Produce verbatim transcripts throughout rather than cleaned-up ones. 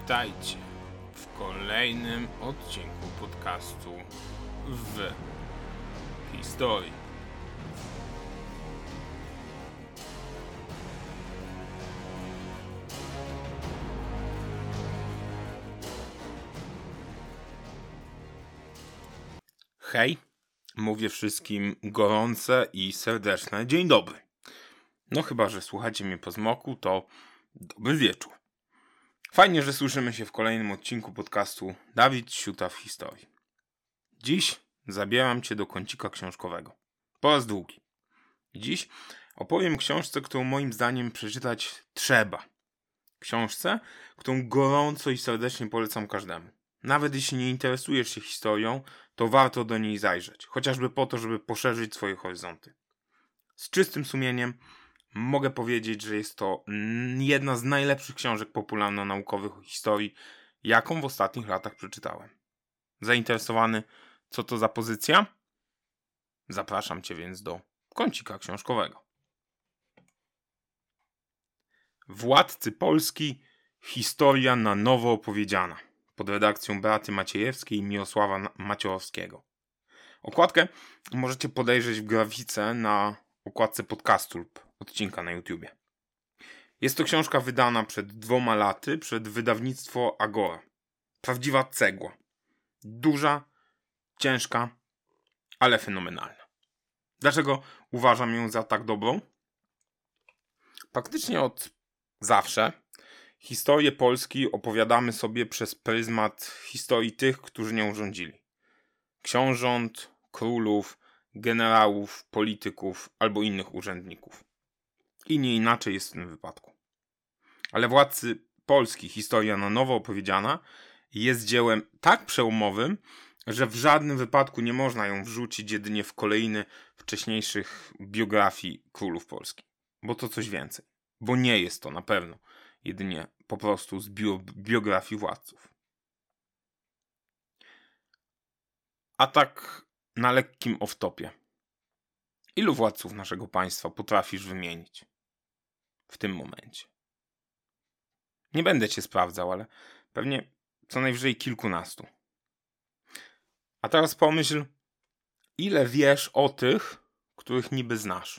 Witajcie w kolejnym odcinku podcastu w historii. Hej, mówię wszystkim gorące i serdeczne dzień dobry. No chyba, że słuchacie mnie po zmoku, to dobry wieczór. Fajnie, że słyszymy się w kolejnym odcinku podcastu Dawid Siuta w historii. Dziś zabieram Cię do kącika książkowego. Po raz drugi. Dziś opowiem książce, którą moim zdaniem przeczytać trzeba. Książce, którą gorąco i serdecznie polecam każdemu. Nawet jeśli nie interesujesz się historią, to warto do niej zajrzeć. Chociażby po to, żeby poszerzyć swoje horyzonty. Z czystym sumieniem mogę powiedzieć, że jest to jedna z najlepszych książek popularno-naukowych o historii, jaką w ostatnich latach przeczytałem. Zainteresowany, co to za pozycja? Zapraszam Cię więc do kącika książkowego. Władcy Polski. Historia na nowo opowiedziana. Pod redakcją Beaty Maciejewskiej i Mirosława Maciorowskiego. Okładkę możecie podejrzeć w grafice na okładce podcastu lub odcinka na YouTubie. Jest to książka wydana przed dwoma laty przez wydawnictwo Agora. Prawdziwa cegła. Duża, ciężka, ale fenomenalna. Dlaczego uważam ją za tak dobrą? Praktycznie od zawsze historię Polski opowiadamy sobie przez pryzmat historii tych, którzy nią rządzili. Książąt, królów, generałów, polityków albo innych urzędników. I nie inaczej jest w tym wypadku. Ale Władcy Polski, historia na nowo opowiedziana, jest dziełem tak przełomowym, że w żadnym wypadku nie można ją wrzucić jedynie w kolejny wcześniejszych biografii królów Polski. Bo to coś więcej. Bo nie jest to na pewno jedynie po prostu z bio- biografii władców. A tak na lekkim off-topie. Ilu władców naszego państwa potrafisz wymienić w tym momencie? Nie będę cię sprawdzał, ale pewnie co najwyżej kilkunastu. A teraz pomyśl, ile wiesz o tych, których niby znasz.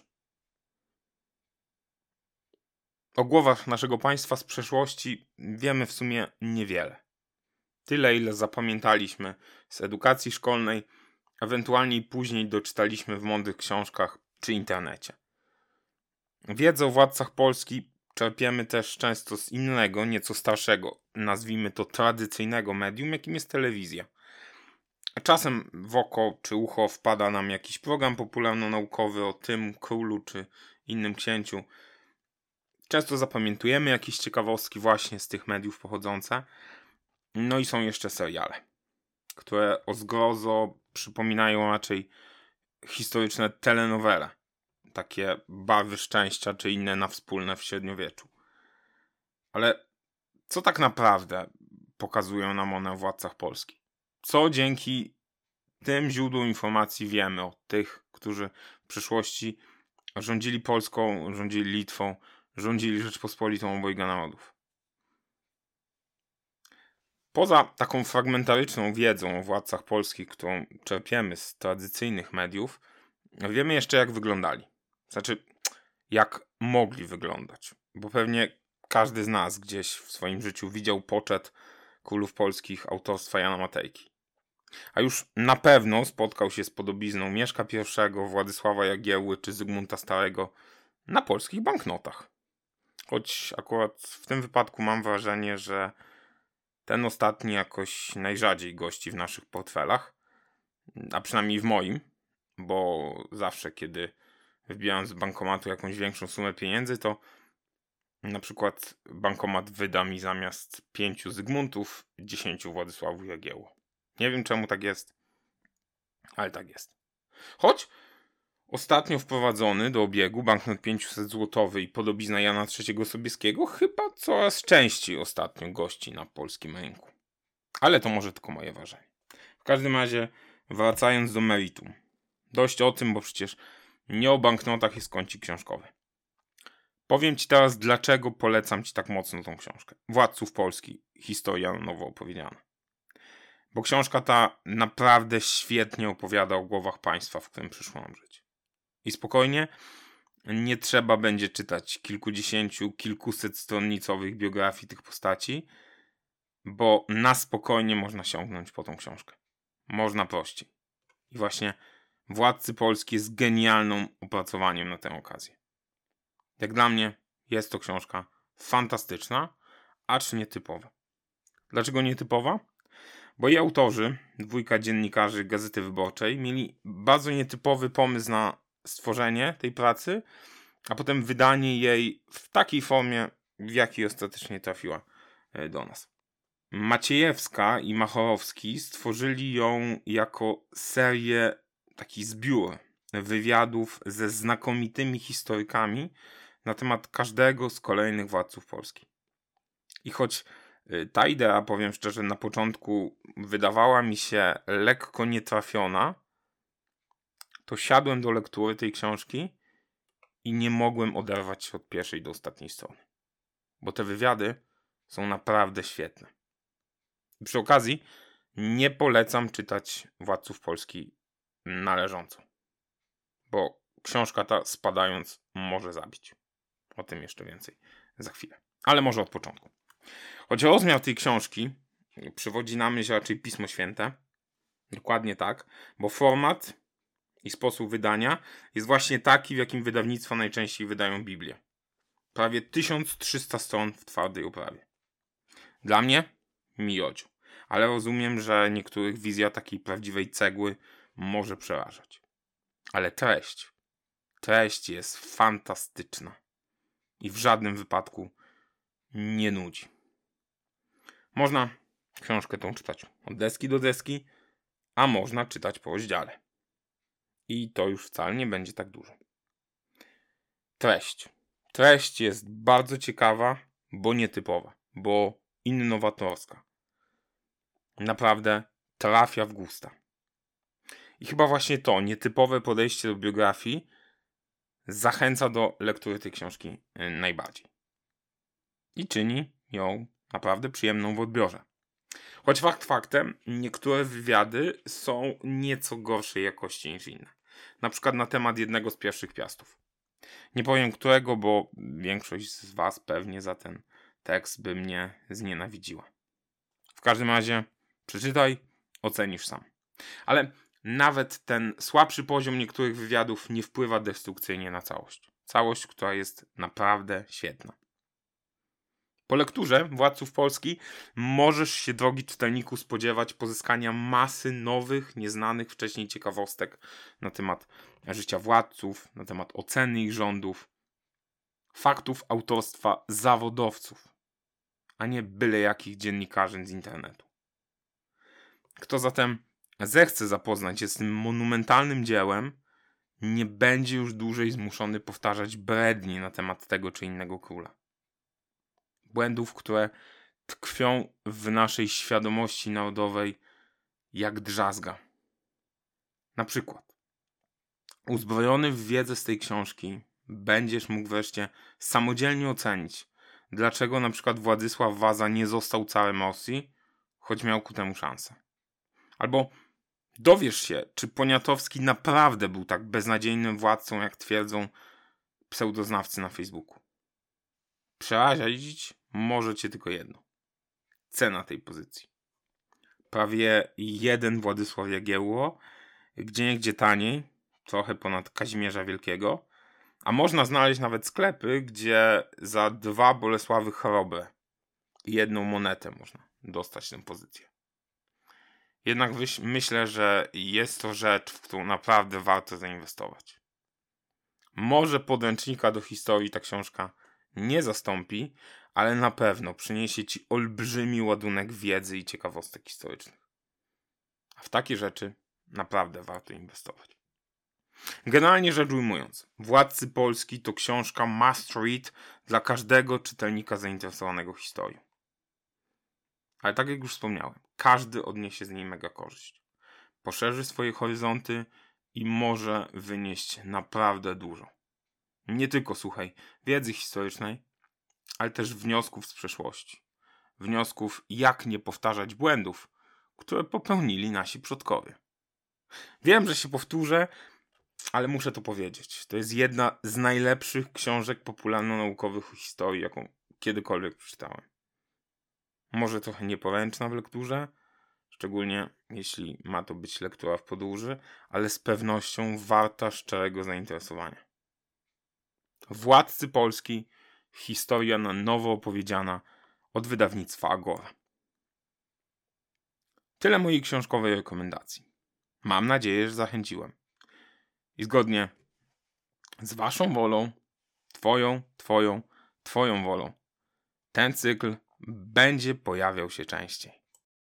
O głowach naszego państwa z przeszłości wiemy w sumie niewiele. Tyle, ile zapamiętaliśmy z edukacji szkolnej, ewentualnie i później doczytaliśmy w mądrych książkach czy internecie. Wiedzę o władcach Polski czerpiemy też często z innego, nieco starszego, nazwijmy to tradycyjnego medium, jakim jest telewizja. Czasem w oko czy ucho wpada nam jakiś program popularno-naukowy o tym królu czy innym księciu. Często zapamiętujemy jakieś ciekawostki właśnie z tych mediów pochodzące. No i są jeszcze seriale, które o zgrozo przypominają raczej historyczne telenowele. Takie Barwy Szczęścia czy inne na wspólne w średniowieczu. Ale co tak naprawdę pokazują nam one o władcach Polski? Co dzięki tym źródłom informacji wiemy o tych, którzy w przyszłości rządzili Polską, rządzili Litwą, rządzili Rzeczpospolitą obojga narodów? Poza taką fragmentaryczną wiedzą o władcach polskich, którą czerpiemy z tradycyjnych mediów, wiemy jeszcze, jak wyglądali. Znaczy, jak mogli wyglądać. Bo pewnie każdy z nas gdzieś w swoim życiu widział poczet królów polskich autorstwa Jana Matejki. A już na pewno spotkał się z podobizną Mieszka I, Władysława Jagiełły czy Zygmunta Starego na polskich banknotach. Choć akurat w tym wypadku mam wrażenie, że ten ostatni jakoś najrzadziej gości w naszych portfelach, a przynajmniej w moim, bo zawsze kiedy wbijam z bankomatu jakąś większą sumę pieniędzy, to na przykład bankomat wyda mi zamiast pięciu Zygmuntów dziesięciu Władysławów Jagiełło. Nie wiem czemu tak jest, ale tak jest. Choć ostatnio wprowadzony do obiegu banknot pięćset złotowy i podobizna Jana trzeciego Sobieskiego chyba coraz częściej ostatnio gości na polskim rynku. Ale to może tylko moje wrażenie. W każdym razie, wracając do meritum. Dość o tym, bo przecież nie o banknotach jest kącik książkowy. Powiem ci teraz, dlaczego polecam ci tak mocno tą książkę. Władców Polski. Historia na nowo opowiedziana. Bo książka ta naprawdę świetnie opowiada o głowach państwa, w którym przyszło nam żyć. I spokojnie, nie trzeba będzie czytać kilkudziesięciu, kilkuset stronnicowych biografii tych postaci, bo na spokojnie można sięgnąć po tą książkę. Można prościej. I właśnie Władcy Polski jest genialnym opracowaniem na tę okazję. Jak dla mnie jest to książka fantastyczna, acz nietypowa. Dlaczego nietypowa? Bo jej autorzy, dwójka dziennikarzy Gazety Wyborczej, mieli bardzo nietypowy pomysł na stworzenie tej pracy, a potem wydanie jej w takiej formie, w jakiej ostatecznie trafiła do nas. Maciejewska i Machorowski stworzyli ją jako serię, taki zbiór wywiadów ze znakomitymi historykami na temat każdego z kolejnych władców Polski. I choć ta idea, powiem szczerze, na początku wydawała mi się lekko nietrafiona, to siadłem do lektury tej książki i nie mogłem oderwać się od pierwszej do ostatniej strony. Bo te wywiady są naprawdę świetne. I przy okazji nie polecam czytać Władców Polski należąco. Bo książka ta spadając może zabić. O tym jeszcze więcej za chwilę. Ale może od początku. Choć rozmiar tej książki przywodzi na myśl raczej Pismo Święte. Dokładnie tak. Bo format i sposób wydania jest właśnie taki, w jakim wydawnictwa najczęściej wydają Biblię. Prawie tysiąc trzysta stron w twardej oprawie. Dla mnie miodzio. Ale rozumiem, że niektórych wizja takiej prawdziwej cegły może przerażać. Ale treść, treść jest fantastyczna. I w żadnym wypadku nie nudzi. Można książkę tą czytać od deski do deski, a można czytać po rozdziale. I to już wcale nie będzie tak dużo. Treść. Treść jest bardzo ciekawa, bo nietypowa, bo innowatorska. Naprawdę trafia w gusta. I chyba właśnie to nietypowe podejście do biografii zachęca do lektury tej książki najbardziej. I czyni ją naprawdę przyjemną w odbiorze. Choć fakt faktem, niektóre wywiady są nieco gorszej jakości niż inne. Na przykład na temat jednego z pierwszych piastów. Nie powiem którego, bo większość z was pewnie za ten tekst by mnie znienawidziła. W każdym razie przeczytaj, ocenisz sam. Ale nawet ten słabszy poziom niektórych wywiadów nie wpływa destrukcyjnie na całość. Całość, która jest naprawdę świetna. Po lekturze Władców Polski możesz się, drogi czytelniku, spodziewać pozyskania masy nowych, nieznanych wcześniej ciekawostek na temat życia władców, na temat oceny ich rządów, faktów autorstwa zawodowców, a nie byle jakich dziennikarzy z internetu. Kto zatem zechce zapoznać się z tym monumentalnym dziełem, nie będzie już dłużej zmuszony powtarzać bredni na temat tego czy innego króla. Błędów, które tkwią w naszej świadomości narodowej jak drzazga. Na przykład, uzbrojony w wiedzę z tej książki, będziesz mógł wreszcie samodzielnie ocenić, dlaczego na przykład Władysław Waza nie został carem Rosji, choć miał ku temu szansę. Albo dowiesz się, czy Poniatowski naprawdę był tak beznadziejnym władcą, jak twierdzą pseudoznawcy na Facebooku. Przerazić może cię tylko jedno. Cena tej pozycji. Prawie jeden Władysław Jagiełło, gdzieniegdzie taniej, trochę ponad Kazimierza Wielkiego, a można znaleźć nawet sklepy, gdzie za dwa Bolesławy Chrobre i jedną monetę można dostać tę pozycję. Jednak myślę, że jest to rzecz, w którą naprawdę warto zainwestować. Może podręcznika do historii ta książka nie zastąpi, ale na pewno przyniesie ci olbrzymi ładunek wiedzy i ciekawostek historycznych. A w takie rzeczy naprawdę warto inwestować. Generalnie rzecz ujmując, Władcy Polski to książka must read dla każdego czytelnika zainteresowanego historią. Ale tak jak już wspomniałem, każdy odniesie z niej mega korzyść. Poszerzy swoje horyzonty i może wynieść naprawdę dużo. Nie tylko, słuchaj, wiedzy historycznej, ale też wniosków z przeszłości. Wniosków, jak nie powtarzać błędów, które popełnili nasi przodkowie. Wiem, że się powtórzę, ale muszę to powiedzieć. To jest jedna z najlepszych książek popularno-naukowych o historii, jaką kiedykolwiek przeczytałem. Może trochę nieporęczna w lekturze, szczególnie jeśli ma to być lektura w podróży, ale z pewnością warta szczerego zainteresowania. Władcy Polski, historia na nowo opowiedziana od wydawnictwa Agora. Tyle mojej książkowej rekomendacji. Mam nadzieję, że zachęciłem. I zgodnie z waszą wolą, twoją, twoją, twoją wolą, ten cykl będzie pojawiał się częściej.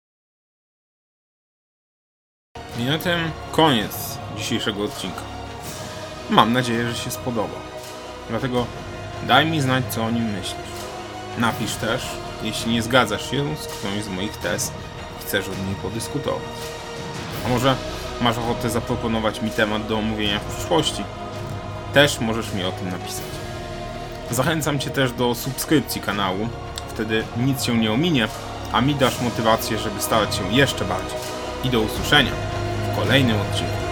I na tym koniec dzisiejszego odcinka. Mam nadzieję, że się spodobał. Dlatego daj mi znać, co o nim myślisz. Napisz też, jeśli nie zgadzasz się z którąś z moich tez i chcesz od niej podyskutować. A może masz ochotę zaproponować mi temat do omówienia w przyszłości? Też możesz mi o tym napisać. Zachęcam cię też do subskrypcji kanału. Wtedy nic się nie ominie, a mi dasz motywację, żeby starać się jeszcze bardziej. I do usłyszenia w kolejnym odcinku.